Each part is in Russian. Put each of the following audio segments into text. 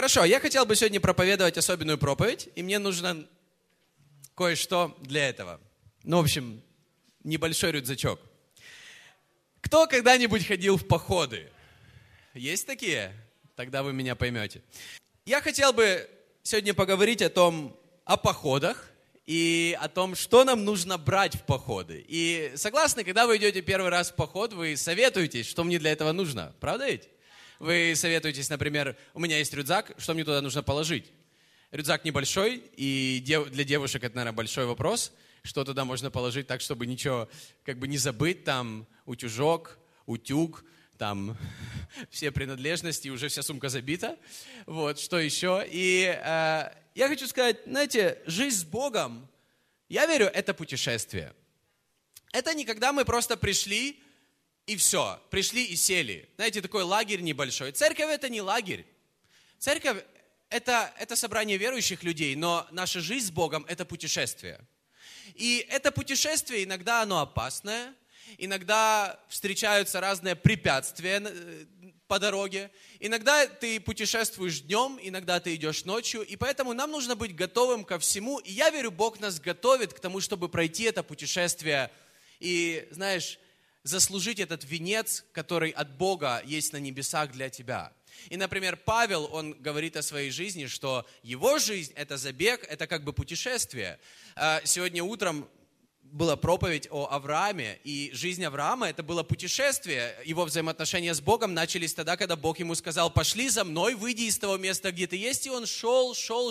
Хорошо, я хотел бы сегодня проповедовать особенную проповедь, и мне нужно кое-что для этого. Ну, в общем, небольшой рюкзачок. Кто когда-нибудь ходил в походы? Есть такие? Тогда вы меня поймете. Я хотел бы сегодня поговорить о походах и о том, что нам нужно брать в походы. И согласны, когда вы идете первый раз в поход, вы советуетесь, что мне для этого нужно. Правда ведь? Вы советуетесь, например, у меня есть рюкзак, что мне туда нужно положить? Рюкзак небольшой, и для девушек это, наверное, большой вопрос, что туда можно положить так, чтобы ничего не забыть, там утюжок, утюг, там все принадлежности, уже вся сумка забита. Вот, что еще? И я хочу сказать, знаете, жизнь с Богом, я верю, это путешествие. Это не когда мы просто пришли, и все, пришли и сели. Знаете, такой лагерь небольшой. Церковь это не лагерь. Церковь это собрание верующих людей, но наша жизнь с Богом это путешествие. И это путешествие иногда оно опасное, иногда встречаются разные препятствия по дороге. Иногда ты путешествуешь днем, иногда ты идешь ночью, и поэтому нам нужно быть готовым ко всему. И я верю, Бог нас готовит к тому, чтобы пройти это путешествие и, знаешь, заслужить этот венец, который от Бога есть на небесах для тебя. И, например, Павел, он говорит о своей жизни, что его жизнь – это забег, это как бы путешествие. Сегодня утром была проповедь о Аврааме, и жизнь Авраама – это было путешествие. Его взаимоотношения с Богом начались тогда, когда Бог ему сказал: «Пошли за мной, выйди из того места, где ты есть». И он шел.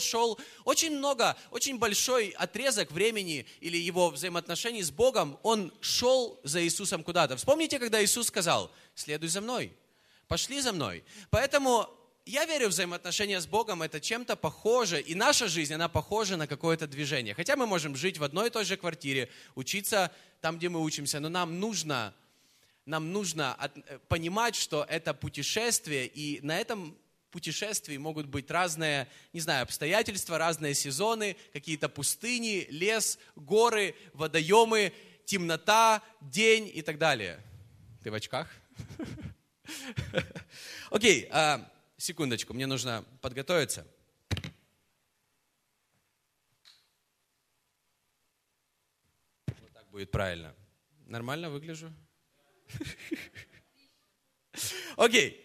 Очень большой отрезок времени или его взаимоотношений с Богом, он шел за Иисусом куда-то. Вспомните, когда Иисус сказал: «Следуй за мной, пошли за мной». Поэтому я верю, взаимоотношения с Богом это чем-то похоже, и наша жизнь, она похожа на какое-то движение. Хотя мы можем жить в одной и той же квартире, учиться там, где мы учимся, но нам нужно понимать, что это путешествие, и на этом путешествии могут быть разные, обстоятельства, разные сезоны, какие-то пустыни, лес, горы, водоемы, темнота, день и так далее. Ты в очках? Окей. Секундочку, мне нужно подготовиться. Вот так будет правильно. Нормально выгляжу? Окей.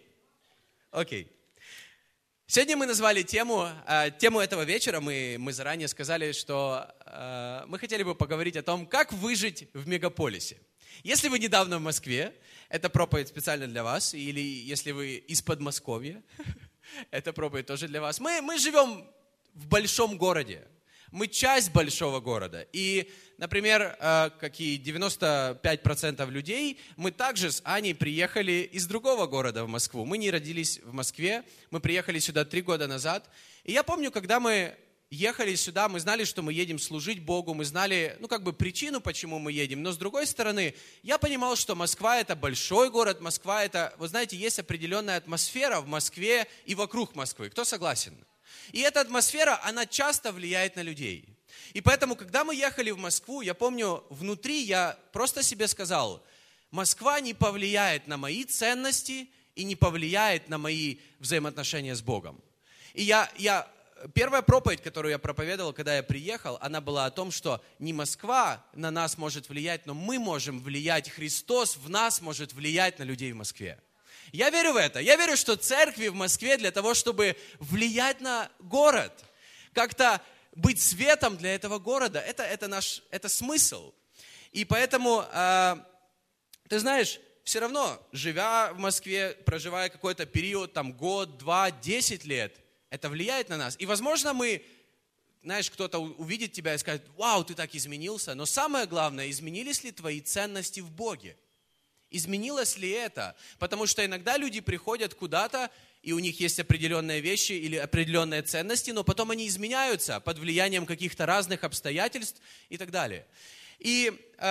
Сегодня мы назвали тему этого вечера, мы заранее сказали, что мы хотели бы поговорить о том, как выжить в мегаполисе. Если вы недавно в Москве, это проповедь специально для вас, или если вы из Подмосковья, это проповедь тоже для вас. Мы живем в большом городе, мы часть большого города. И, например, как и 95% людей, мы также с Аней приехали из другого города в Москву. Мы не родились в Москве, мы приехали сюда 3 года назад. И я помню, когда мы ехали сюда, мы знали, что мы едем служить Богу, мы знали, причину, почему мы едем. Но с другой стороны, я понимал, что Москва это большой город, Москва это, вы знаете, есть определенная атмосфера в Москве и вокруг Москвы. Кто согласен? И эта атмосфера, она часто влияет на людей. И поэтому, когда мы ехали в Москву, я помню, внутри я просто себе сказал: Москва не повлияет на мои ценности и не повлияет на мои взаимоотношения с Богом. И первая проповедь, которую я проповедовал, когда я приехал, она была о том, что не Москва на нас может влиять, но мы можем влиять. Христос в нас может влиять на людей в Москве. Я верю в это. Я верю, что церкви в Москве для того, чтобы влиять на город, как-то быть светом для этого города, это смысл. И поэтому, ты знаешь, все равно, живя в Москве, проживая какой-то период, год, 2, 10 лет, это влияет на нас. И, возможно, кто-то увидит тебя и скажет: «Вау, ты так изменился». Но самое главное, изменились ли твои ценности в Боге? Изменилось ли это? Потому что иногда люди приходят куда-то, и у них есть определенные вещи или определенные ценности, но потом они изменяются под влиянием каких-то разных обстоятельств и так далее. И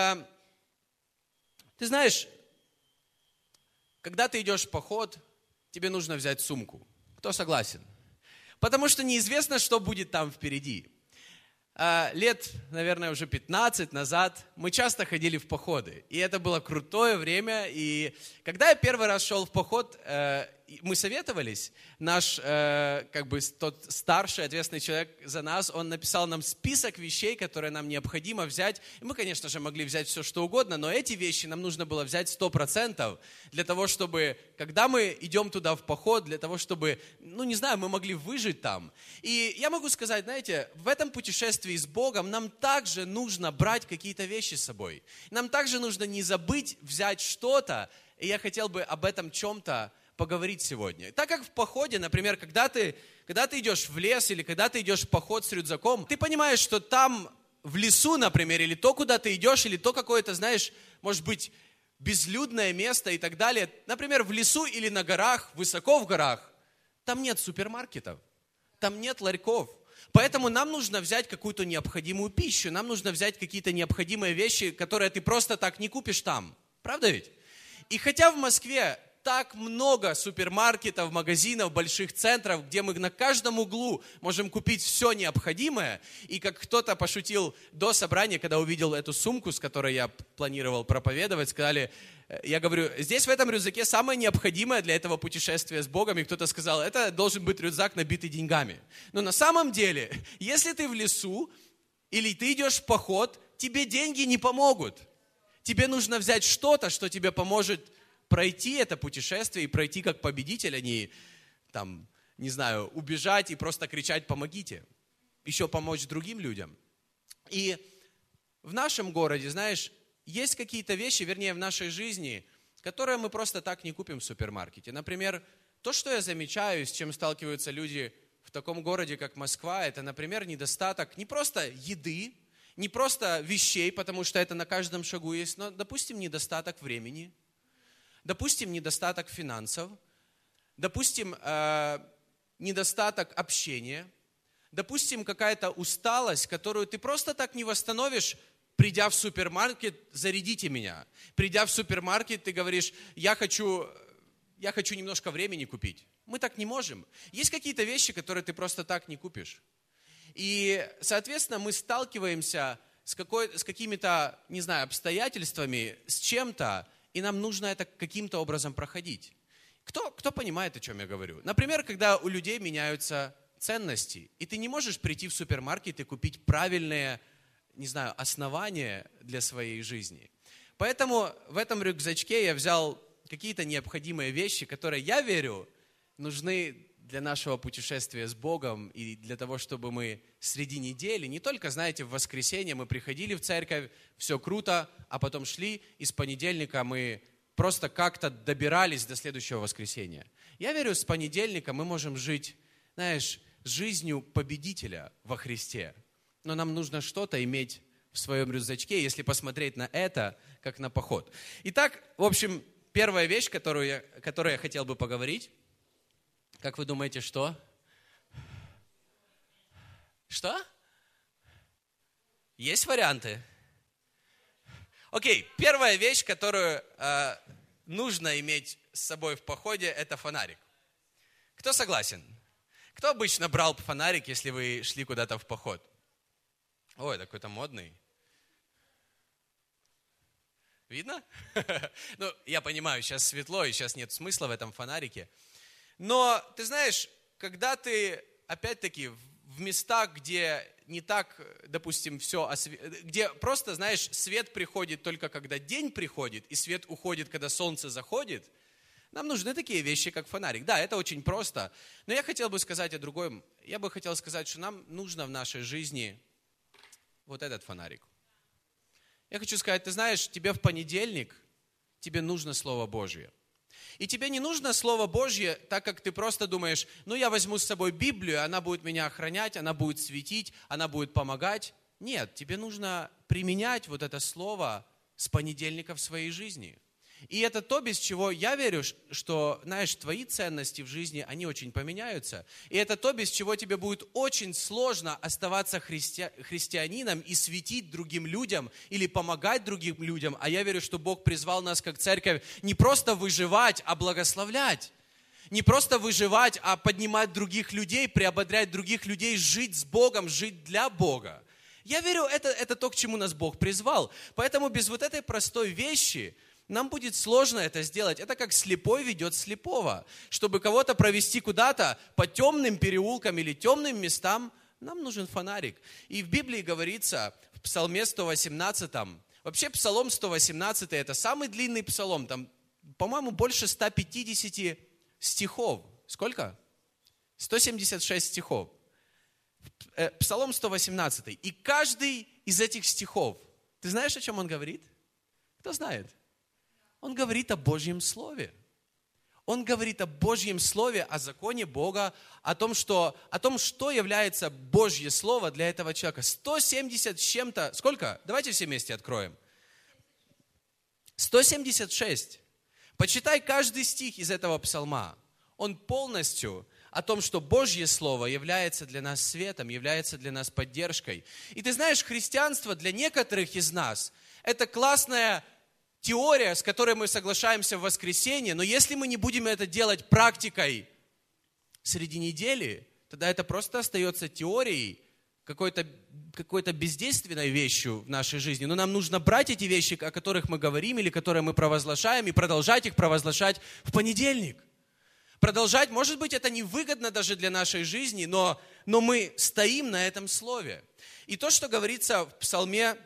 ты знаешь, когда ты идешь в поход, тебе нужно взять сумку. Кто согласен? Потому что неизвестно, что будет там впереди. Лет, наверное, уже 15 назад мы часто ходили в походы. И это было крутое время. И когда я первый раз шел в поход, мы советовались, наш, тот старший, ответственный человек за нас, он написал нам список вещей, которые нам необходимо взять. И мы, конечно же, могли взять все, что угодно, но эти вещи нам нужно было взять 100%, для того, чтобы, когда мы идем туда в поход, для того, чтобы, мы могли выжить там. И я могу сказать, знаете, в этом путешествии с Богом нам также нужно брать какие-то вещи с собой. Нам также нужно не забыть взять что-то, и я хотел бы об этом чем-то поговорить сегодня. Так как в походе, например, когда ты идешь в лес или когда ты идешь в поход с рюкзаком, ты понимаешь, что там в лесу, например, или то, куда ты идешь, или то какое-то, знаешь, может быть, безлюдное место и так далее. Например, в лесу или на горах, высоко в горах, там нет супермаркетов, там нет ларьков. Поэтому нам нужно взять какую-то необходимую пищу, нам нужно взять какие-то необходимые вещи, которые ты просто так не купишь там. Правда ведь? И хотя в Москве так много супермаркетов, магазинов, больших центров, где мы на каждом углу можем купить все необходимое, и как кто-то пошутил до собрания, когда увидел эту сумку, с которой я планировал проповедовать, я говорю, здесь в этом рюкзаке самое необходимое для этого путешествия с Богом, и кто-то сказал, это должен быть рюкзак, набитый деньгами. Но на самом деле, если ты в лесу, или ты идешь в поход, тебе деньги не помогут. Тебе нужно взять что-то, что тебе поможет пройти это путешествие и пройти как победитель, а не, убежать и просто кричать «помогите». Еще помочь другим людям. И в нашем городе, знаешь, есть какие-то вещи, в нашей жизни, которые мы просто так не купим в супермаркете. Например, то, что я замечаю, с чем сталкиваются люди в таком городе, как Москва, это, например, недостаток не просто еды, не просто вещей, потому что это на каждом шагу есть, но, допустим, недостаток времени, допустим, недостаток финансов, допустим, недостаток общения, допустим, какая-то усталость, которую ты просто так не восстановишь, придя в супермаркет, зарядите меня. Придя в супермаркет, ты говоришь, я хочу немножко времени купить. Мы так не можем. Есть какие-то вещи, которые ты просто так не купишь. И, соответственно, мы сталкиваемся с какими-то, обстоятельствами, с чем-то, и нам нужно это каким-то образом проходить. Кто понимает, о чем я говорю? Например, когда у людей меняются ценности, и ты не можешь прийти в супермаркет и купить правильные, основания для своей жизни. Поэтому в этом рюкзачке я взял какие-то необходимые вещи, которые, я верю, нужны для нашего путешествия с Богом и для того, чтобы мы среди недели, не только, в воскресенье мы приходили в церковь, все круто, а потом шли, и с понедельника мы просто как-то добирались до следующего воскресенья. Я верю, с понедельника мы можем жить, жизнью победителя во Христе. Но нам нужно что-то иметь в своем рюкзачке, если посмотреть на это, как на поход. Итак, в общем, первая вещь, которой я хотел бы поговорить. Как вы думаете, что? Что? Есть варианты? Окей, первая вещь, которую нужно иметь с собой в походе, это фонарик. Кто согласен? Кто обычно брал фонарик, если вы шли куда-то в поход? Ой, такой-то модный. Видно? Я понимаю, сейчас светло, и сейчас нет смысла в этом фонарике. Но, ты знаешь, когда ты, опять-таки, в местах, где не так, допустим, все, где просто, свет приходит только когда день приходит, и свет уходит, когда солнце заходит, нам нужны такие вещи, как фонарик. Да, это очень просто, но я хотел бы сказать о другом. Я бы хотел сказать, что нам нужно в нашей жизни вот этот фонарик. Я хочу сказать, ты знаешь, тебе в понедельник, тебе нужно Слово Божье. И тебе не нужно Слово Божье, так как ты просто думаешь, я возьму с собой Библию, она будет меня охранять, она будет светить, она будет помогать. Нет, тебе нужно применять вот это Слово с понедельника в своей жизни. И это то, без чего я верю, что, твои ценности в жизни, они очень поменяются. И это то, без чего тебе будет очень сложно оставаться христианином и светить другим людям или помогать другим людям. А я верю, что Бог призвал нас как церковь не просто выживать, а благословлять. Не просто выживать, а поднимать других людей, приободрять других людей, жить с Богом, жить для Бога. Я верю, это то, к чему нас Бог призвал. Поэтому без вот этой простой вещи, нам будет сложно это сделать. Это как слепой ведет слепого. Чтобы кого-то провести куда-то по темным переулкам или темным местам, нам нужен фонарик. И в Библии говорится, в Псалме 118, вообще Псалом 118 это самый длинный псалом, там, по-моему, больше 150 стихов. Сколько? 176 стихов. Псалом 118. И каждый из этих стихов, ты знаешь, о чем он говорит? Кто знает? Он говорит о Божьем Слове. Он говорит о Божьем Слове, о законе Бога, о том, что является Божье Слово для этого человека. 170 с чем-то, сколько? Давайте все вместе откроем. 176. Почитай каждый стих из этого псалма. Он полностью о том, что Божье Слово является для нас светом, является для нас поддержкой. И ты знаешь, христианство для некоторых из нас – это классная теория, с которой мы соглашаемся в воскресенье, но если мы не будем это делать практикой среди недели, тогда это просто остается теорией, какой-то бездейственной вещью в нашей жизни. Но нам нужно брать эти вещи, о которых мы говорим, или которые мы провозглашаем, и продолжать их провозглашать в понедельник. Продолжать, может быть, это невыгодно даже для нашей жизни, но мы стоим на этом слове. И то, что говорится в Псалме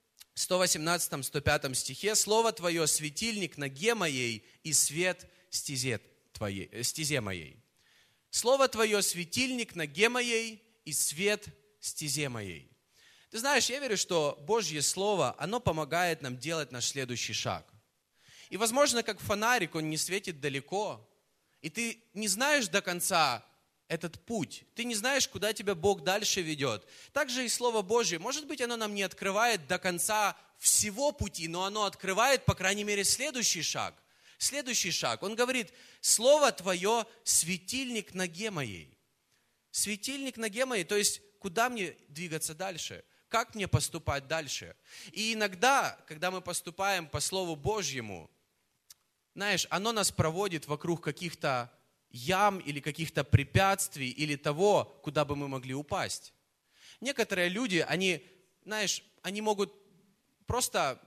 118-105 стихе, «Слово Твое – светильник ноге моей и свет стезе моей». «Слово Твое – светильник ноге моей и свет стезе моей». Ты знаешь, я верю, что Божье Слово, оно помогает нам делать наш следующий шаг. И, возможно, как фонарик, он не светит далеко, и ты не знаешь до конца этот путь. Ты не знаешь, куда тебя Бог дальше ведет. Также и Слово Божье, может быть, оно нам не открывает до конца всего пути, но оно открывает, по крайней мере, следующий шаг. Следующий шаг. Он говорит, «Слово Твое – светильник ноге моей». Светильник ноге моей, то есть, куда мне двигаться дальше? Как мне поступать дальше? И иногда, когда мы поступаем по Слову Божьему, знаешь, оно нас проводит вокруг каких-то ям или каких-то препятствий, или того, куда бы мы могли упасть. Некоторые люди, они могут просто,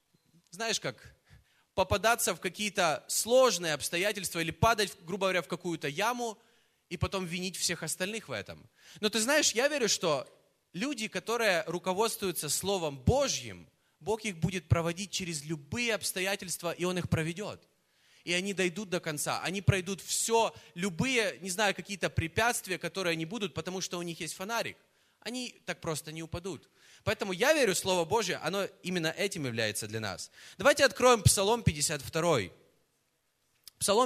попадаться в какие-то сложные обстоятельства или падать, грубо говоря, в какую-то яму и потом винить всех остальных в этом. Но ты знаешь, я верю, что люди, которые руководствуются Словом Божьим, Бог их будет проводить через любые обстоятельства, и Он их проведет. И они дойдут до конца, они пройдут все, любые, какие-то препятствия, которые они будут, потому что у них есть фонарик. Они так просто не упадут. Поэтому я верю, Слово Божье, оно именно этим является для нас. Давайте откроем Псалом 52. Псалом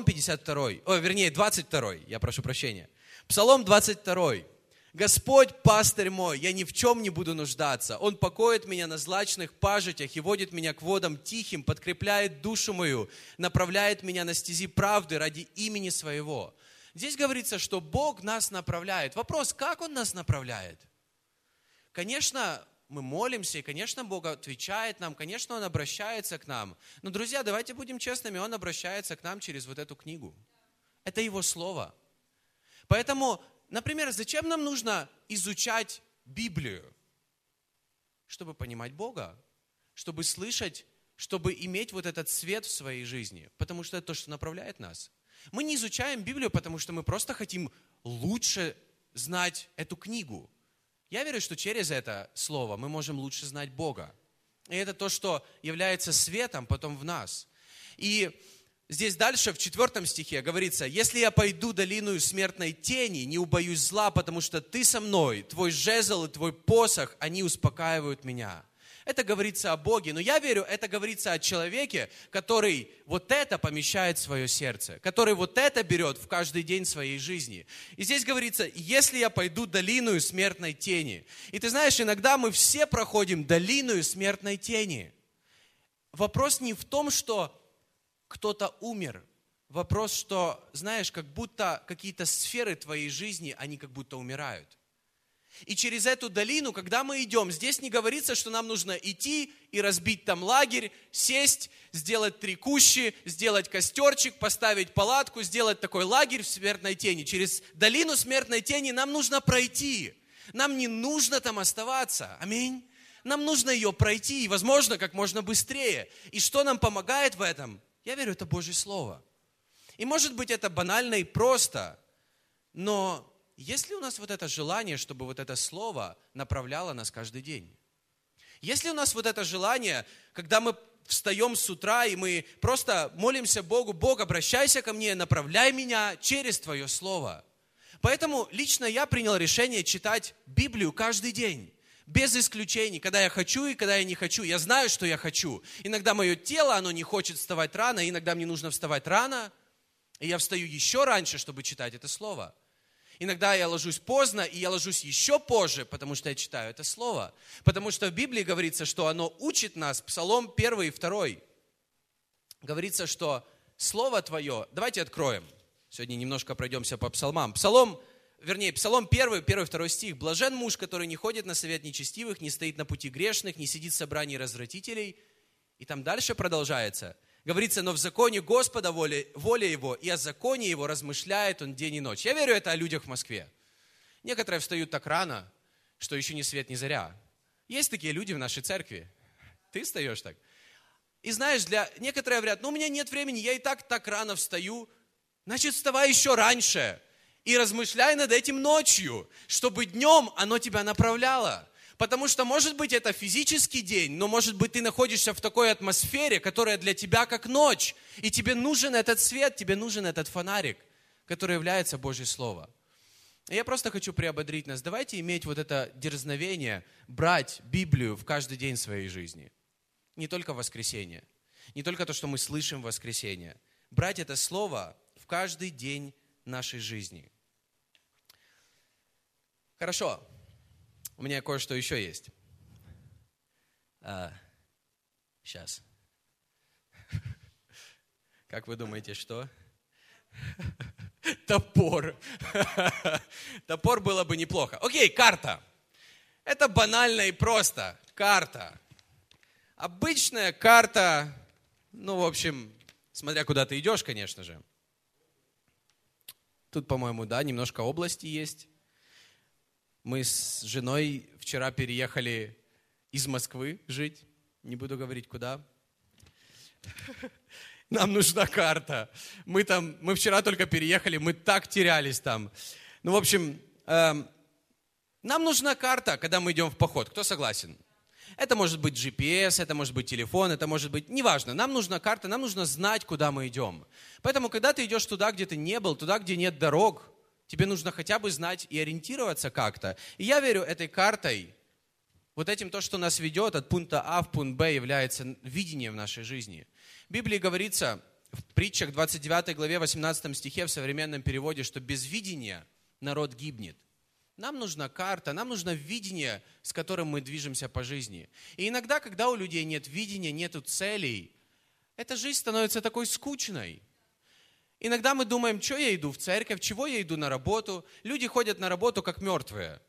22, я прошу прощения. Псалом 22. «Господь, пастырь мой, я ни в чем не буду нуждаться. Он покоит меня на злачных пажитях и водит меня к водам тихим, подкрепляет душу мою, направляет меня на стези правды ради имени своего». Здесь говорится, что Бог нас направляет. Вопрос, как Он нас направляет? Конечно, мы молимся, и, конечно, Бог отвечает нам, конечно, Он обращается к нам. Но, друзья, давайте будем честными, Он обращается к нам через вот эту книгу. Это Его Слово. Поэтому, например, зачем нам нужно изучать Библию? Чтобы понимать Бога, чтобы слышать, чтобы иметь вот этот свет в своей жизни. Потому что это то, что направляет нас. Мы не изучаем Библию, потому что мы просто хотим лучше знать эту книгу. Я верю, что через это слово мы можем лучше знать Бога. И это то, что является светом потом в нас. И здесь дальше, в 4 стихе говорится, «Если я пойду долиною смертной тени, не убоюсь зла, потому что ты со мной, твой жезл и твой посох, они успокаивают меня». Это говорится о Боге, но я верю, это говорится о человеке, который вот это помещает в свое сердце, который вот это берет в каждый день своей жизни. И здесь говорится, «Если я пойду долиною смертной тени». И ты знаешь, иногда мы все проходим долиною смертной тени. Вопрос не в том, что кто-то умер. Вопрос, что, знаешь, как будто какие-то сферы твоей жизни, они как будто умирают. И через эту долину, когда мы идем, здесь не говорится, что нам нужно идти и разбить там лагерь, сесть, сделать 3 кущи, сделать костерчик, поставить палатку, сделать такой лагерь в смертной тени. Через долину смертной тени нам нужно пройти. Нам не нужно там оставаться. Аминь. нам нужно ее пройти, и, возможно, как можно быстрее. И что нам помогает в этом? Я верю, это Божье Слово. И может быть, это банально и просто, но есть ли у нас вот это желание, чтобы вот это Слово направляло нас каждый день? Есть ли у нас вот это желание, когда мы встаем с утра, и мы просто молимся Богу: Бог, обращайся ко мне, направляй меня через Твое Слово. Поэтому лично я принял решение читать Библию каждый день, без исключений, когда я хочу и когда я не хочу. Я знаю, что я хочу. Иногда мое тело, оно не хочет вставать рано, иногда мне нужно вставать рано, и я встаю еще раньше, чтобы читать это Слово. Иногда я ложусь поздно, и я ложусь еще позже, потому что я читаю это Слово. Потому что в Библии говорится, что оно учит нас, Псалом 1 и 2. Говорится, что Слово Твое, давайте откроем. Сегодня немножко пройдемся по псалмам. Псалом 1, 1-2 стих. «Блажен муж, который не ходит на совет нечестивых, не стоит на пути грешных, не сидит в собрании развратителей». И там дальше продолжается. Говорится: «Но в законе Господа воля Его, и о законе Его размышляет Он день и ночь». Я верю, это о людях в Москве. Некоторые встают так рано, что еще ни свет, ни заря. Есть такие люди в нашей церкви. Ты встаешь так. И знаешь, некоторые говорят: у меня нет времени, я и так рано встаю. Значит, вставай еще раньше и размышляй над этим ночью, чтобы днем оно тебя направляло. Потому что, может быть, это физический день, но, может быть, ты находишься в такой атмосфере, которая для тебя как ночь. И тебе нужен этот свет, тебе нужен этот фонарик, который является Божье Слово. И я просто хочу приободрить нас. Давайте иметь вот это дерзновение, брать Библию в каждый день своей жизни. Не только в воскресенье, не только то, что мы слышим в воскресенье. Брать это Слово в каждый день нашей жизни. Хорошо. У меня кое-что еще есть. Сейчас. Как вы думаете, что? Топор. Топор было бы неплохо. Окей, карта. Это банально и просто. Карта. Обычная карта, в общем, смотря куда ты идешь, конечно же. Тут, по-моему, немножко области есть. Мы с женой вчера переехали из Москвы жить. Не буду говорить, куда. Нам нужна карта. Мы вчера только переехали, мы так терялись там. В общем, нам нужна карта, когда мы идем в поход. Кто согласен? Это может быть GPS, это может быть телефон, это может быть... Неважно, нам нужна карта, нам нужно знать, куда мы идем. Поэтому, когда ты идешь туда, где ты не был, туда, где нет дорог, тебе нужно хотя бы знать и ориентироваться как-то. И я верю, этой картой, вот этим то, что нас ведет от пункта А в пункт Б, является видением в нашей жизни. В Библии говорится в притчах 29 главе 18 стихе в современном переводе, что без видения народ гибнет. Нам нужна карта, нам нужно видение, с которым мы движемся по жизни. И иногда, когда у людей нет видения, нет целей, эта жизнь становится такой скучной. Иногда мы думаем: что я иду в церковь, чего я иду на работу. Люди ходят на работу как мертвые.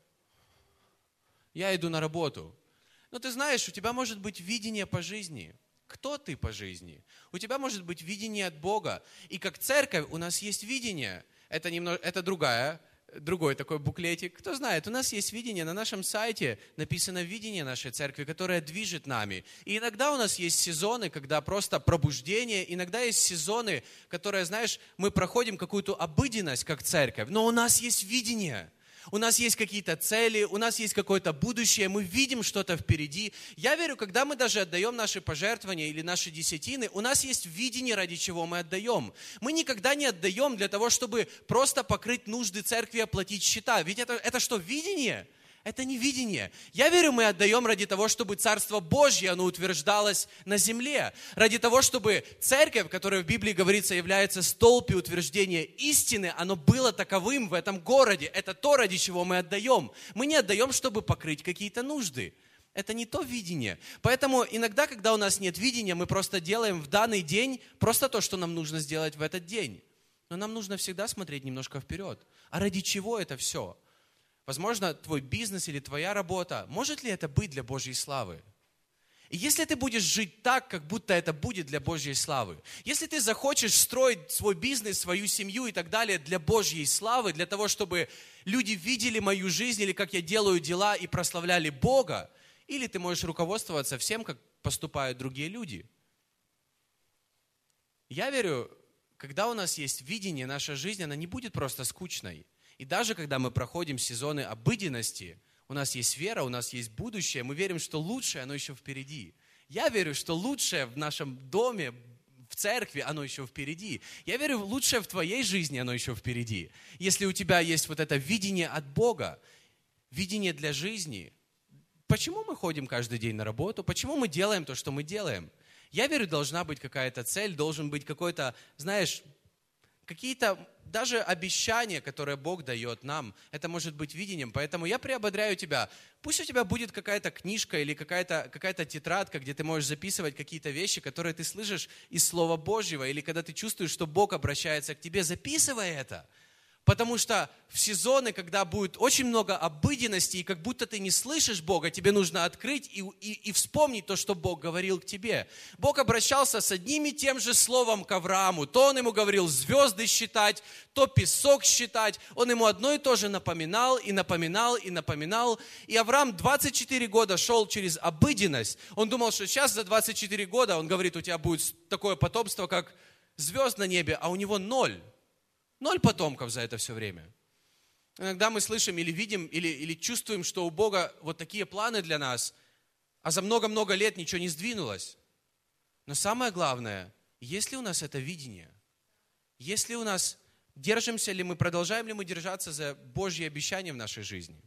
Я иду на работу. Но ты знаешь, у тебя может быть видение по жизни. Кто ты по жизни? У тебя может быть видение от Бога. И как церковь у нас есть видение. Это другой такой буклетик. Кто знает, у нас есть видение, на нашем сайте написано видение нашей церкви, которое движет нами. И иногда у нас есть сезоны, когда просто пробуждение, иногда есть сезоны, которые, знаешь, мы проходим какую-то обыденность как церковь, но у нас есть видение. У нас есть какие-то цели, у нас есть какое-то будущее, мы видим что-то впереди. Я верю, когда мы даже отдаем наши пожертвования или наши десятины, у нас есть видение, ради чего мы отдаем. Мы никогда не отдаем для того, чтобы просто покрыть нужды церкви и оплатить счета. Ведь это что, видение? Это не видение. Я верю, мы отдаем ради того, чтобы Царство Божье, оно утверждалось на земле. Ради того, чтобы церковь, которая в Библии говорится, является столб и утверждение истины, оно было таковым в этом городе. Это то, ради чего мы отдаем. Мы не отдаем, чтобы покрыть какие-то нужды. Это не то видение. Поэтому иногда, когда у нас нет видения, мы просто делаем в данный день просто то, что нам нужно сделать в этот день. Но нам нужно всегда смотреть немножко вперед. А ради чего это все? Возможно, твой бизнес или твоя работа, может ли это быть для Божьей славы? И если ты будешь жить так, как будто это будет для Божьей славы, если ты захочешь строить свой бизнес, свою семью и так далее для Божьей славы, для того, чтобы люди видели мою жизнь или как я делаю дела и прославляли Бога, или ты можешь руководствоваться всем, как поступают другие люди. Я верю, когда у нас есть видение, наша жизнь, она не будет просто скучной. И даже когда мы проходим сезоны обыденности, у нас есть вера, у нас есть будущее, мы верим, что лучшее, оно еще впереди. Я верю, что лучшее в нашем доме, в церкви, оно еще впереди. Я верю, лучшее в твоей жизни, оно еще впереди. Если у тебя есть вот это видение от Бога, видение для жизни. Почему мы ходим каждый день на работу? Почему мы делаем то, что мы делаем? Я верю, должна быть какая-то цель, должен быть какой-то, знаешь, какие-то даже обещания, которые Бог дает нам. Это может быть видением. Поэтому я приободряю тебя. Пусть у тебя будет какая-то книжка или какая-то тетрадка, где ты можешь записывать какие-то вещи, которые ты слышишь из Слова Божьего. Или когда ты чувствуешь, что Бог обращается к тебе, записывай это. Потому что в сезоны, когда будет очень много обыденности, и как будто ты не слышишь Бога, тебе нужно открыть и вспомнить то, что Бог говорил к тебе. Бог обращался с одним и тем же словом к Аврааму. То Он ему говорил звезды считать, то песок считать. Он ему одно и то же напоминал, и напоминал, и напоминал. И Авраам 24 года шел через обыденность. Он думал, что сейчас за 24 года, он говорит, у тебя будет такое потомство, как звезд на небе, а у него 0. 0 потомков за это все время. Иногда мы слышим или видим, или чувствуем, что у Бога вот такие планы для нас, а за много-много лет ничего не сдвинулось. Но самое главное, есть ли у нас это видение? Есть ли у нас, держимся ли мы, продолжаем ли мы держаться за Божьи обещания в нашей жизни?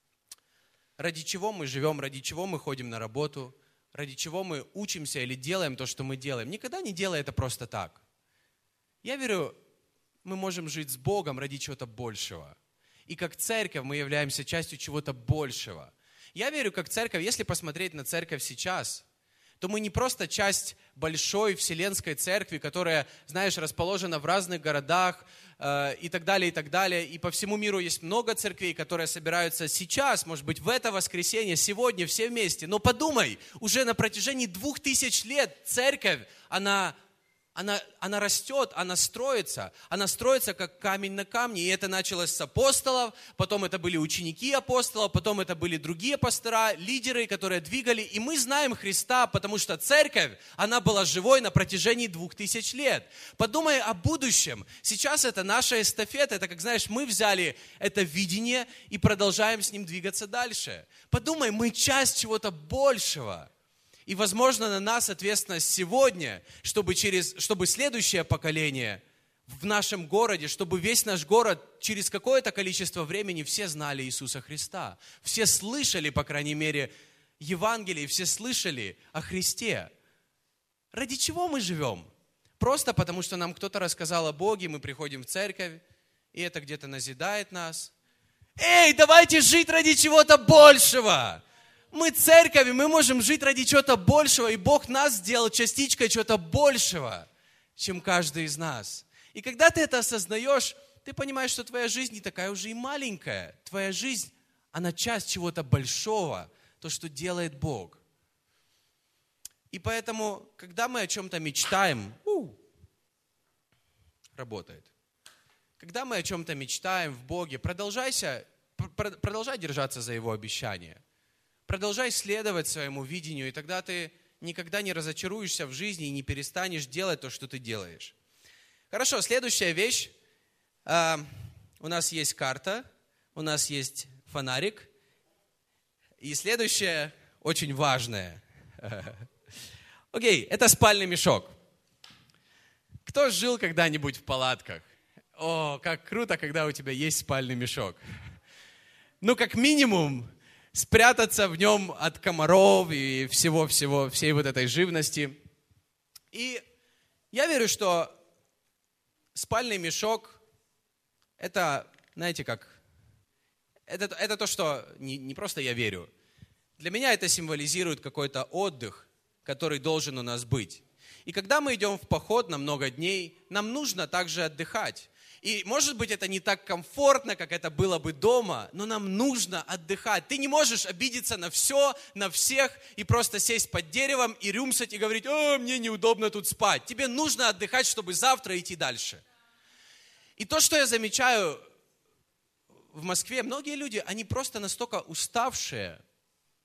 Ради чего мы живем, ради чего мы ходим на работу, ради чего мы учимся или делаем то, что мы делаем. Никогда не делай это просто так. Я верю, мы можем жить с Богом ради чего-то большего. И как церковь мы являемся частью чего-то большего. Я верю, как церковь, если посмотреть на церковь сейчас, то мы не просто часть большой вселенской церкви, которая, знаешь, расположена в разных городах и так далее, и так далее. И по всему миру есть много церквей, которые собираются сейчас, может быть, в это воскресенье, сегодня все вместе. Но подумай, уже на протяжении 2000 лет церковь, она растет, она строится как камень на камне. И это началось с апостолов, потом это были ученики апостолов, потом это были другие пастора, лидеры, которые двигали. И мы знаем Христа, потому что церковь, она была живой на протяжении 2000 лет. Подумай о будущем. Сейчас это наша эстафета, это как, знаешь, мы взяли это видение и продолжаем с ним двигаться дальше. Подумай, мы часть чего-то большего. И, возможно, на нас ответственность сегодня, чтобы следующее поколение в нашем городе, чтобы весь наш город через какое-то количество времени все знали Иисуса Христа. Все слышали, по крайней мере, Евангелие, все слышали о Христе. Ради чего мы живем? Просто потому, что нам кто-то рассказал о Боге, мы приходим в церковь, и это где-то назидает нас. Эй, давайте жить ради чего-то большего! Мы церковь, мы можем жить ради чего-то большего, и Бог нас сделал частичкой чего-то большего, чем каждый из нас. И когда ты это осознаешь, ты понимаешь, что твоя жизнь не такая уже и маленькая. Твоя жизнь, она часть чего-то большого, то, что делает Бог. И поэтому, когда мы о чем-то мечтаем, работает. Когда мы о чем-то мечтаем в Боге, продолжай держаться за Его обещания. Продолжай следовать своему видению, и тогда ты никогда не разочаруешься в жизни и не перестанешь делать то, что ты делаешь. Хорошо, следующая вещь. У нас есть карта, у нас есть фонарик. И следующее очень важное. Окей, это спальный мешок. Кто жил когда-нибудь в палатках? О, как круто, когда у тебя есть спальный мешок. Ну, как минимум, спрятаться в нем от комаров и всей вот этой живности. И я верю, что спальный мешок, это, знаете как, это то, что не просто я верю. Для меня это символизирует какой-то отдых, который должен у нас быть. И когда мы идем в поход на много дней, нам нужно также отдыхать. И, может быть, это не так комфортно, как это было бы дома, но нам нужно отдыхать. Ты не можешь обидеться на все, на всех и просто сесть под деревом и рюмсать и говорить: мне неудобно тут спать. Тебе нужно отдыхать, чтобы завтра идти дальше. И то, что я замечаю в Москве, многие люди, они просто настолько уставшие,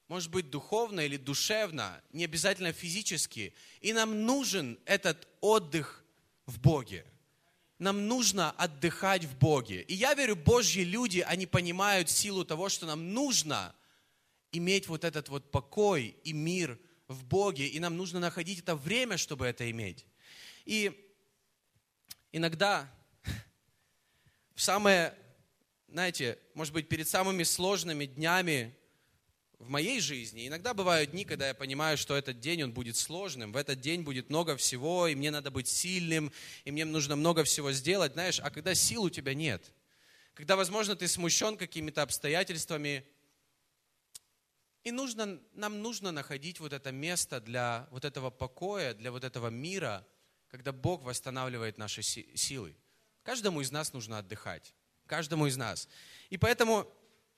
может быть духовно или душевно, не обязательно физически. И нам нужен этот отдых в Боге. Нам нужно отдыхать в Боге. И я верю, Божьи люди, они понимают силу того, что нам нужно иметь вот этот вот покой и мир в Боге. И нам нужно находить это время, чтобы это иметь. И иногда в самые, знаете, может быть, перед самыми сложными днями в моей жизни, иногда бывают дни, когда я понимаю, что этот день, он будет сложным, в этот день будет много всего, и мне надо быть сильным, и мне нужно много всего сделать, знаешь, а когда сил у тебя нет, когда, возможно, ты смущен какими-то обстоятельствами, и нам нужно находить вот это место для вот этого покоя, для вот этого мира, когда Бог восстанавливает наши силы. Каждому из нас нужно отдыхать, каждому из нас. И поэтому...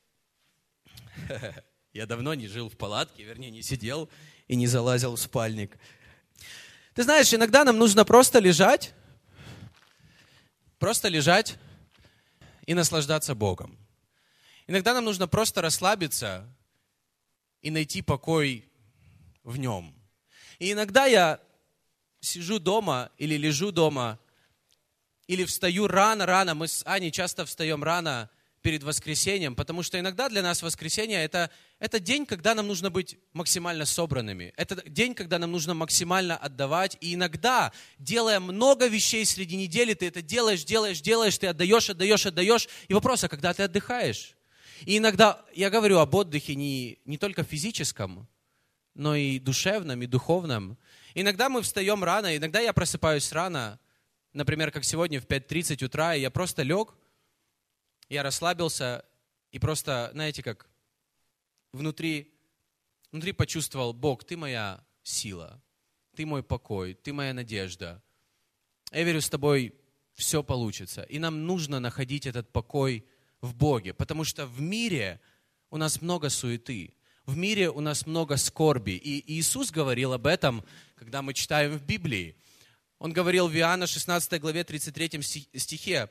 Я давно не жил в палатке, вернее, не сидел и не залазил в спальник. Ты знаешь, иногда нам нужно просто лежать и наслаждаться Богом. Иногда нам нужно просто расслабиться и найти покой в Нем. И иногда я сижу дома или лежу дома, или встаю рано. Мы с Аней часто встаем рано перед воскресением, потому что иногда для нас воскресенье это день, когда нам нужно быть максимально собранными. Это день, когда нам нужно максимально отдавать. И иногда, делая много вещей среди недели, ты это делаешь, ты отдаешь. И вопрос, а когда ты отдыхаешь? И иногда я говорю об отдыхе не только физическом, но и душевном, и духовном. Иногда мы встаем рано, иногда я просыпаюсь рано, например, как сегодня в 5:30 утра, и я просто лег, я расслабился и просто, знаете, как внутри почувствовал: Бог, Ты моя сила, Ты мой покой, Ты моя надежда. Я верю, с Тобой все получится. И нам нужно находить этот покой в Боге, потому что в мире у нас много суеты, в мире у нас много скорби. И Иисус говорил об этом, когда мы читаем в Библии. Он говорил в Иоанна 16 главе 33 стихе: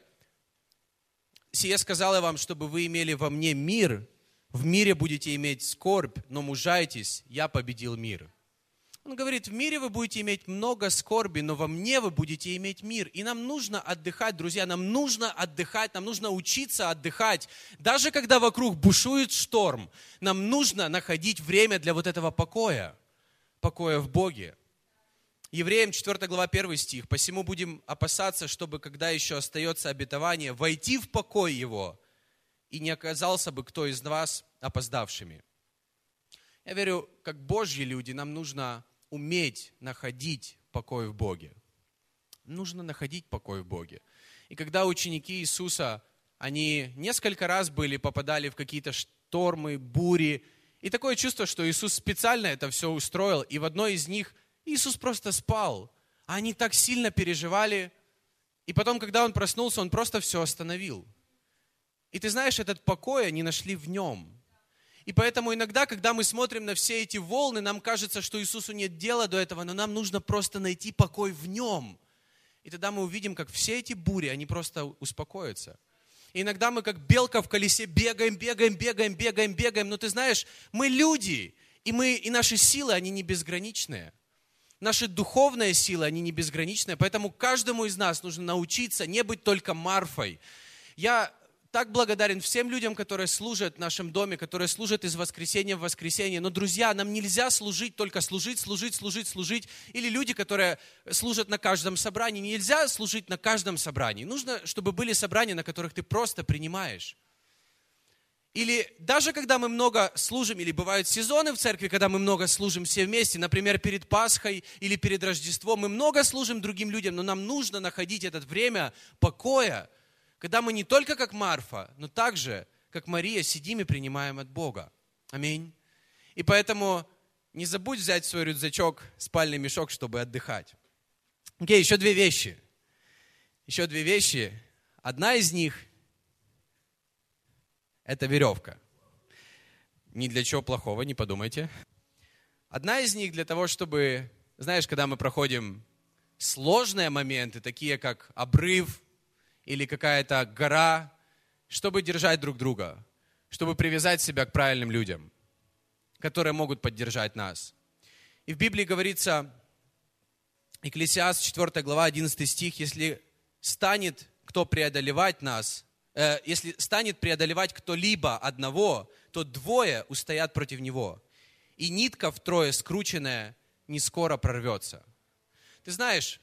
«Сие сказал я вам, чтобы вы имели во мне мир, в мире будете иметь скорбь, но мужайтесь, я победил мир». Он говорит, в мире вы будете иметь много скорби, но во мне вы будете иметь мир. И нам нужно отдыхать, друзья, нам нужно отдыхать, нам нужно учиться отдыхать. Даже когда вокруг бушует шторм, нам нужно находить время для вот этого покоя в Боге. Евреям 4 глава 1 стих. «Посему будем опасаться, чтобы, когда еще остается обетование, войти в покой его, и не оказался бы кто из вас опоздавшими». Я верю, как Божьи люди, нам нужно уметь находить покой в Боге. Нужно находить покой в Боге. И когда ученики Иисуса, они несколько раз попадали в какие-то штормы, бури, и такое чувство, что Иисус специально это все устроил, и в одной из них Иисус просто спал, а они так сильно переживали, и потом, когда Он проснулся, Он просто все остановил. И ты знаешь, этот покой они нашли в Нем. И поэтому иногда, когда мы смотрим на все эти волны, нам кажется, что Иисусу нет дела до этого, но нам нужно просто найти покой в Нем. И тогда мы увидим, как все эти бури, они просто успокоятся. И иногда мы как белка в колесе бегаем, но ты знаешь, мы люди, и наши силы, они не безграничные. Наши духовные силы, они не безграничные, поэтому каждому из нас нужно научиться не быть только Марфой. Я так благодарен всем людям, которые служат в нашем доме, которые служат из воскресенья в воскресенье. Но, друзья, нам нельзя служить, только служить. Или люди, которые служат на каждом собрании. Нельзя служить на каждом собрании. Нужно, чтобы были собрания, на которых ты просто принимаешь. Или даже когда мы много служим, или бывают сезоны в церкви, когда мы много служим все вместе, например, перед Пасхой или перед Рождеством, мы много служим другим людям, но нам нужно находить это время покоя, когда мы не только как Марфа, но также, как Мария, сидим и принимаем от Бога. Аминь. И поэтому не забудь взять свой рюкзачок, спальный мешок, чтобы отдыхать. Окей, еще две вещи. Одна из них – это веревка. Ни для чего плохого, не подумайте. Одна из них для того, чтобы, знаешь, когда мы проходим сложные моменты, такие как обрыв или какая-то гора, чтобы держать друг друга, чтобы привязать себя к правильным людям. которые могут поддержать нас. И в Библии говорится, Екклесиаст, 4 глава, 11 стих, если станет кто преодолевать нас, если станет преодолевать кто-либо одного, то двое устоят против него. И нитка втрое скрученная не скоро прорвется. Ты знаешь,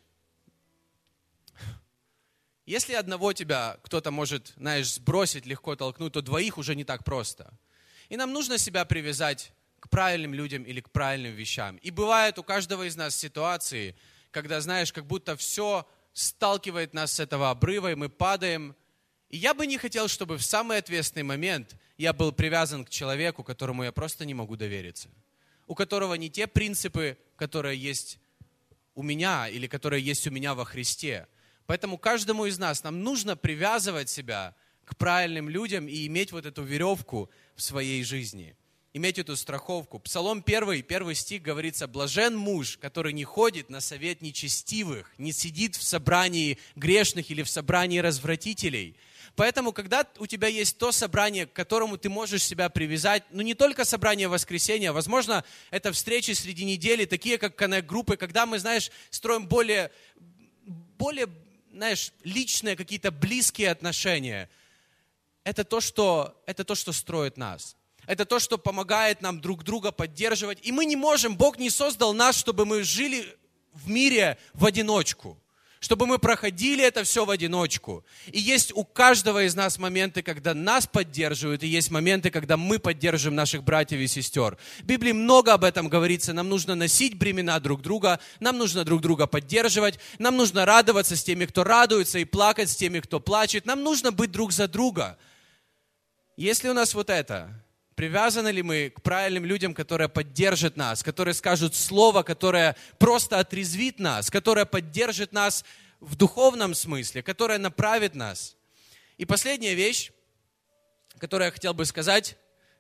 если одного тебя кто-то может, знаешь, сбросить, легко толкнуть, то двоих уже не так просто. И нам нужно себя привязать к правильным людям или к правильным вещам. И бывает у каждого из нас ситуации, когда, знаешь, как будто все сталкивает нас с этого обрыва, и мы падаем. И я бы не хотел, чтобы в самый ответственный момент я был привязан к человеку, которому я просто не могу довериться. У которого не те принципы, которые есть у меня или которые есть у меня во Христе. Поэтому каждому из нас нам нужно привязывать себя к правильным людям и иметь вот эту веревку в своей жизни. Иметь эту страховку. Псалом 1 стих говорится: «Блажен муж, который не ходит на совет нечестивых, не сидит в собрании грешных или в собрании развратителей». Поэтому, когда у тебя есть то собрание, к которому ты можешь себя привязать, ну не только собрание воскресенья, возможно, это встречи среди недели, такие как коннект-группы, когда мы, знаешь, строим более, знаешь, личные, какие-то близкие отношения. Это то, что строит нас. Это то, что помогает нам друг друга поддерживать. И мы не можем, Бог не создал нас, чтобы мы жили в мире в одиночку. Чтобы мы проходили это все в одиночку. И есть у каждого из нас моменты, когда нас поддерживают, и есть моменты, когда мы поддерживаем наших братьев и сестер. В Библии много об этом говорится. Нам нужно носить бремена друг друга, нам нужно друг друга поддерживать, нам нужно радоваться с теми, кто радуется, и плакать с теми, кто плачет. Нам нужно быть друг за друга. Если у нас вот это... Привязаны ли мы к правильным людям, которые поддержат нас, которые скажут слово, которое просто отрезвит нас, которое поддержит нас в духовном смысле, которое направит нас? И последняя вещь, которую я хотел бы сказать,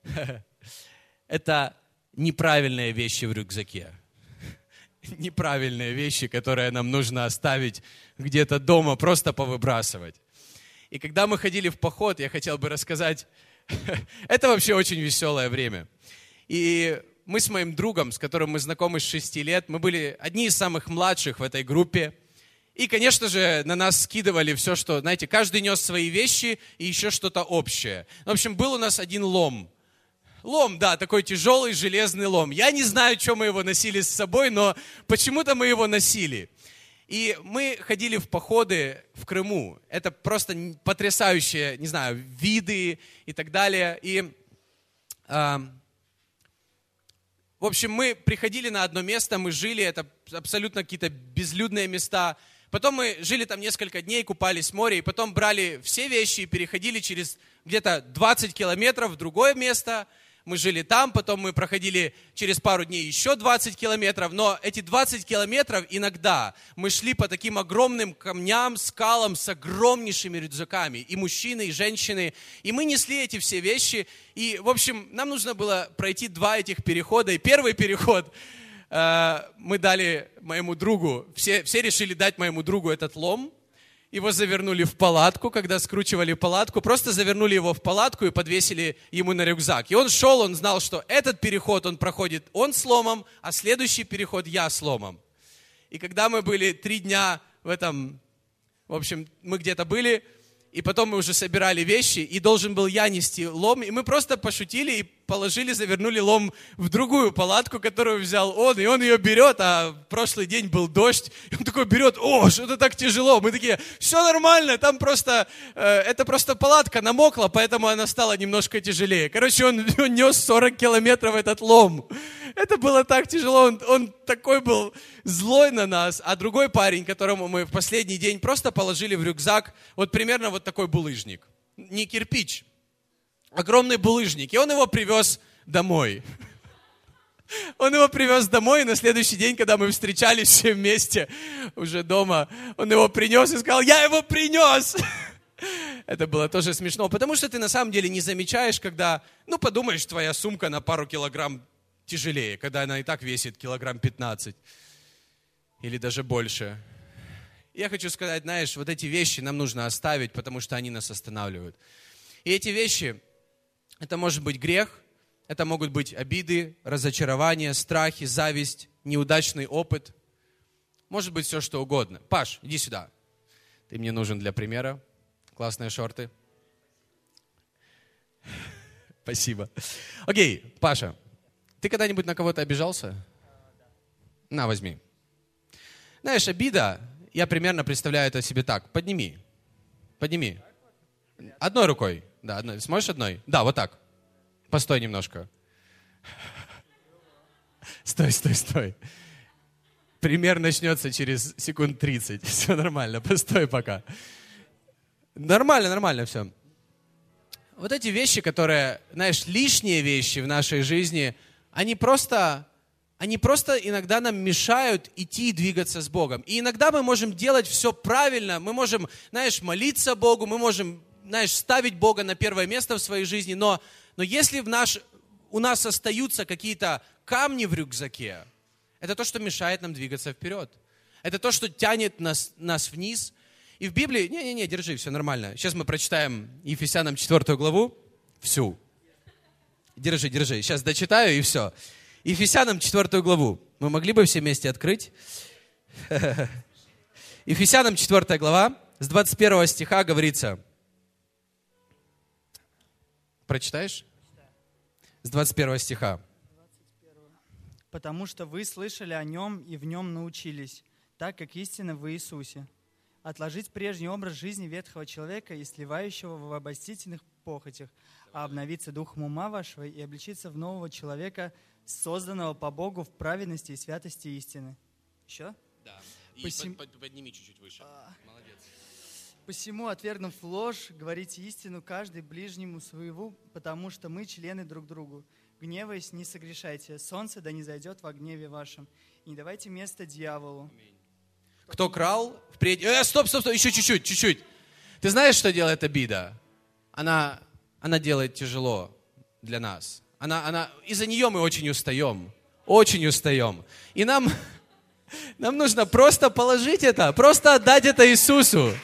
это неправильные вещи в рюкзаке. Неправильные вещи, которые нам нужно оставить где-то дома, просто повыбрасывать. И когда мы ходили в поход, я хотел бы рассказать, это вообще очень веселое время. И мы с моим другом, с которым мы знакомы с 6 лет, мы были одни из самых младших в этой группе. И, конечно же, на нас скидывали все, что, знаете, каждый нес свои вещи и еще что-то общее. В общем, был у нас один лом. Лом, да, такой тяжелый железный лом. Я не знаю, что мы его носили с собой, но почему-то мы его носили. И мы ходили в походы в Крыму. Это просто потрясающие, не знаю, виды и так далее. И, в общем, мы приходили на одно место, мы жили, это абсолютно какие-то безлюдные места. Потом мы жили там несколько дней, купались в море, и потом брали все вещи и переходили через где-то 20 километров в другое место. Мы жили там, потом мы проходили через пару дней еще 20 километров, но эти 20 километров иногда мы шли по таким огромным камням, скалам с огромнейшими рюкзаками, и мужчины, и женщины, и мы несли эти все вещи, и, в общем, нам нужно было пройти 2 этих перехода, и первый переход мы дали моему другу, все решили дать моему другу этот лом. Его завернули в палатку, когда скручивали палатку, просто завернули его в палатку и подвесили ему на рюкзак. И он шел, он знал, что этот переход он проходит он с ломом, а следующий переход я с ломом. И когда мы были 3 дня в этом, в общем, мы где-то были, и потом мы уже собирали вещи, и должен был я нести лом, и мы просто пошутили и положили, завернули лом в другую палатку, которую взял он, и он ее берет, а в прошлый день был дождь, и он такой берет: о, что-то так тяжело. Мы такие: все нормально, там просто, это просто палатка намокла, поэтому она стала немножко тяжелее. Короче, он нес 40 километров этот лом. Это было так тяжело, он такой был злой на нас. А другой парень, которому мы в последний день просто положили в рюкзак, вот примерно вот такой булыжник. Не кирпич, огромный булыжник. И он его привез домой. Он его привез домой, и на следующий день, когда мы встречались все вместе уже дома, он его принес и сказал: я его принес. Это было тоже смешно, потому что ты на самом деле не замечаешь, когда, ну подумаешь, твоя сумка на пару килограмм тяжелее, когда она и так весит килограмм 15 или даже больше. Я хочу сказать, знаешь, вот эти вещи нам нужно оставить, потому что они нас останавливают. И эти вещи, это может быть грех, Это могут быть обиды, разочарования, страхи, зависть, неудачный опыт. Может быть все, что угодно. Паш, иди сюда. Ты мне нужен для примера. Классные шорты. Спасибо. Окей, Паша, ты когда-нибудь на кого-то обижался? На, возьми. Знаешь, обида, я примерно представляю это себе так. Подними. Подними. Одной рукой. Да, одной. Сможешь одной? Да, вот так. Постой немножко. Стой. Пример начнется через секунд 30. Все нормально, постой пока. Нормально все. Вот эти вещи, которые, знаешь, лишние вещи в нашей жизни, они просто иногда нам мешают идти и двигаться с Богом. И иногда мы можем делать все правильно, мы можем, знаешь, молиться Богу, мы можем, знаешь, ставить Бога на первое место в своей жизни, но если у нас остаются какие-то камни в рюкзаке, это то, что мешает нам двигаться вперед. Это то, что тянет нас вниз. И в Библии, не, держи, все нормально. Сейчас мы прочитаем Ефесянам 4 главу, всю. Держи, сейчас дочитаю и все. Ефесянам 4 главу. Мы могли бы все вместе открыть? Ефесянам 4 глава, с 21 стиха говорится. Прочитаешь? С 21 стиха. «Потому что вы слышали о Нем и в Нем научились, так как истинно в Иисусе. Отложить прежний образ жизни ветхого человека и сливающего в обольстительных похотях, а обновиться духом ума вашего и облечиться в нового человека, созданного по Богу в праведности и святости истины». Еще? Да. И подними чуть-чуть выше. Молодец. «Посему, отвергнув ложь, говорите истину каждый ближнему своему, потому что мы члены друг другу. Гневаясь, не согрешайте. Солнце да не зайдет во гневе вашем. И не давайте место дьяволу». Кто крал впредь... Стоп, еще чуть-чуть. Ты знаешь, что делает обида? Она делает тяжело для нас. Из-за нее мы очень устаем. И нам нужно просто положить это, просто отдать это Иисусу.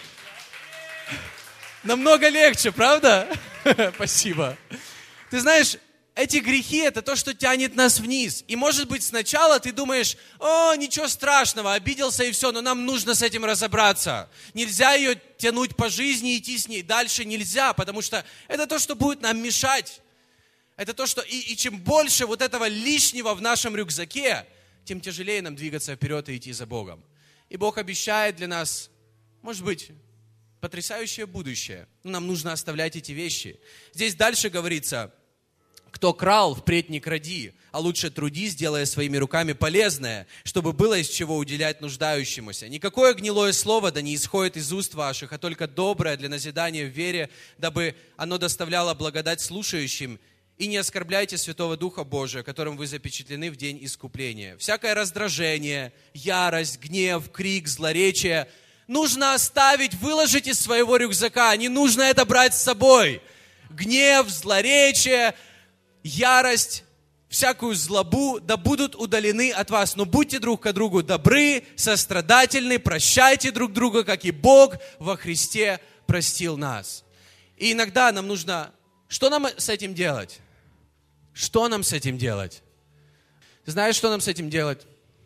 Намного легче, правда? Спасибо. Ты знаешь, эти грехи – это то, что тянет нас вниз. И, может быть, сначала ты думаешь, ничего страшного, обиделся и все, но нам нужно с этим разобраться. Нельзя ее тянуть по жизни, идти с ней дальше нельзя, потому что это то, что будет нам мешать. Это то, что... И чем больше вот этого лишнего в нашем рюкзаке, тем тяжелее нам двигаться вперед и идти за Богом. И Бог обещает для нас, может быть, потрясающее будущее. Но нам нужно оставлять эти вещи. Здесь дальше говорится... Кто крал, впредь не кради, а лучше трудись, делая своими руками полезное, чтобы было из чего уделять нуждающемуся. Никакое гнилое слово да не исходит из уст ваших, а только доброе для назидания в вере, дабы оно доставляло благодать слушающим. И не оскорбляйте Святого Духа Божия, которым вы запечатлены в день искупления. Всякое раздражение, ярость, гнев, крик, злоречие нужно оставить, выложить из своего рюкзака. Не нужно это брать с собой. Гнев, злоречие, ярость, всякую злобу, да будут удалены от вас. Но будьте друг к другу добры, сострадательны, прощайте друг друга, как и Бог во Христе простил нас. И иногда нам нужно... Что нам с этим делать? Что нам с этим делать? Знаешь, что нам с этим делать?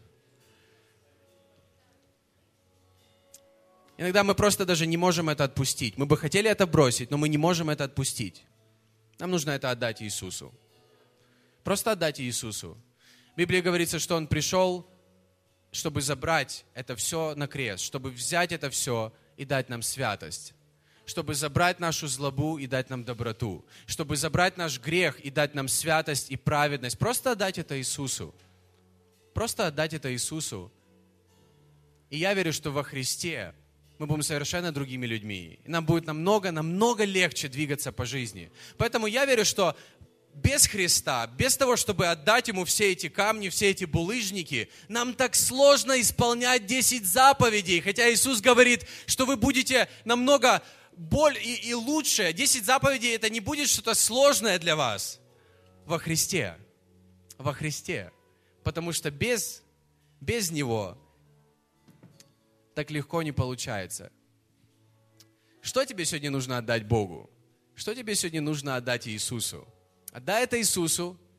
Иногда мы просто даже не можем это отпустить. Мы бы хотели это бросить, но мы не можем это отпустить. Нам нужно это отдать Иисусу. Просто отдать Иисусу. В Библии говорится, что Он пришел, чтобы забрать это все на крест, чтобы взять это все и дать нам святость, чтобы забрать нашу злобу и дать нам доброту, чтобы забрать наш грех и дать нам святость и праведность. Просто отдать это Иисусу. Просто отдать это Иисусу. И я верю, что во Христе мы будем совершенно другими людьми. И нам будет намного легче двигаться по жизни. Поэтому я верю, что без Христа, без того, чтобы отдать Ему все эти камни, все эти булыжники, нам так сложно исполнять 10 заповедей. Хотя Иисус говорит, что вы будете намного более и лучше. 10 заповедей это не будет что-то сложное для вас. Во Христе. Во Христе. Потому что без Него так легко не получается. Что тебе сегодня нужно отдать Богу? Что тебе сегодня нужно отдать Иисусу? Отдай это Иисусу,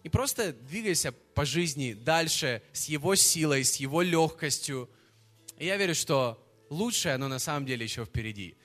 И просто двигайся по жизни дальше с Его силой, с Его легкостью. И я верю, что лучшее, оно на самом деле еще впереди.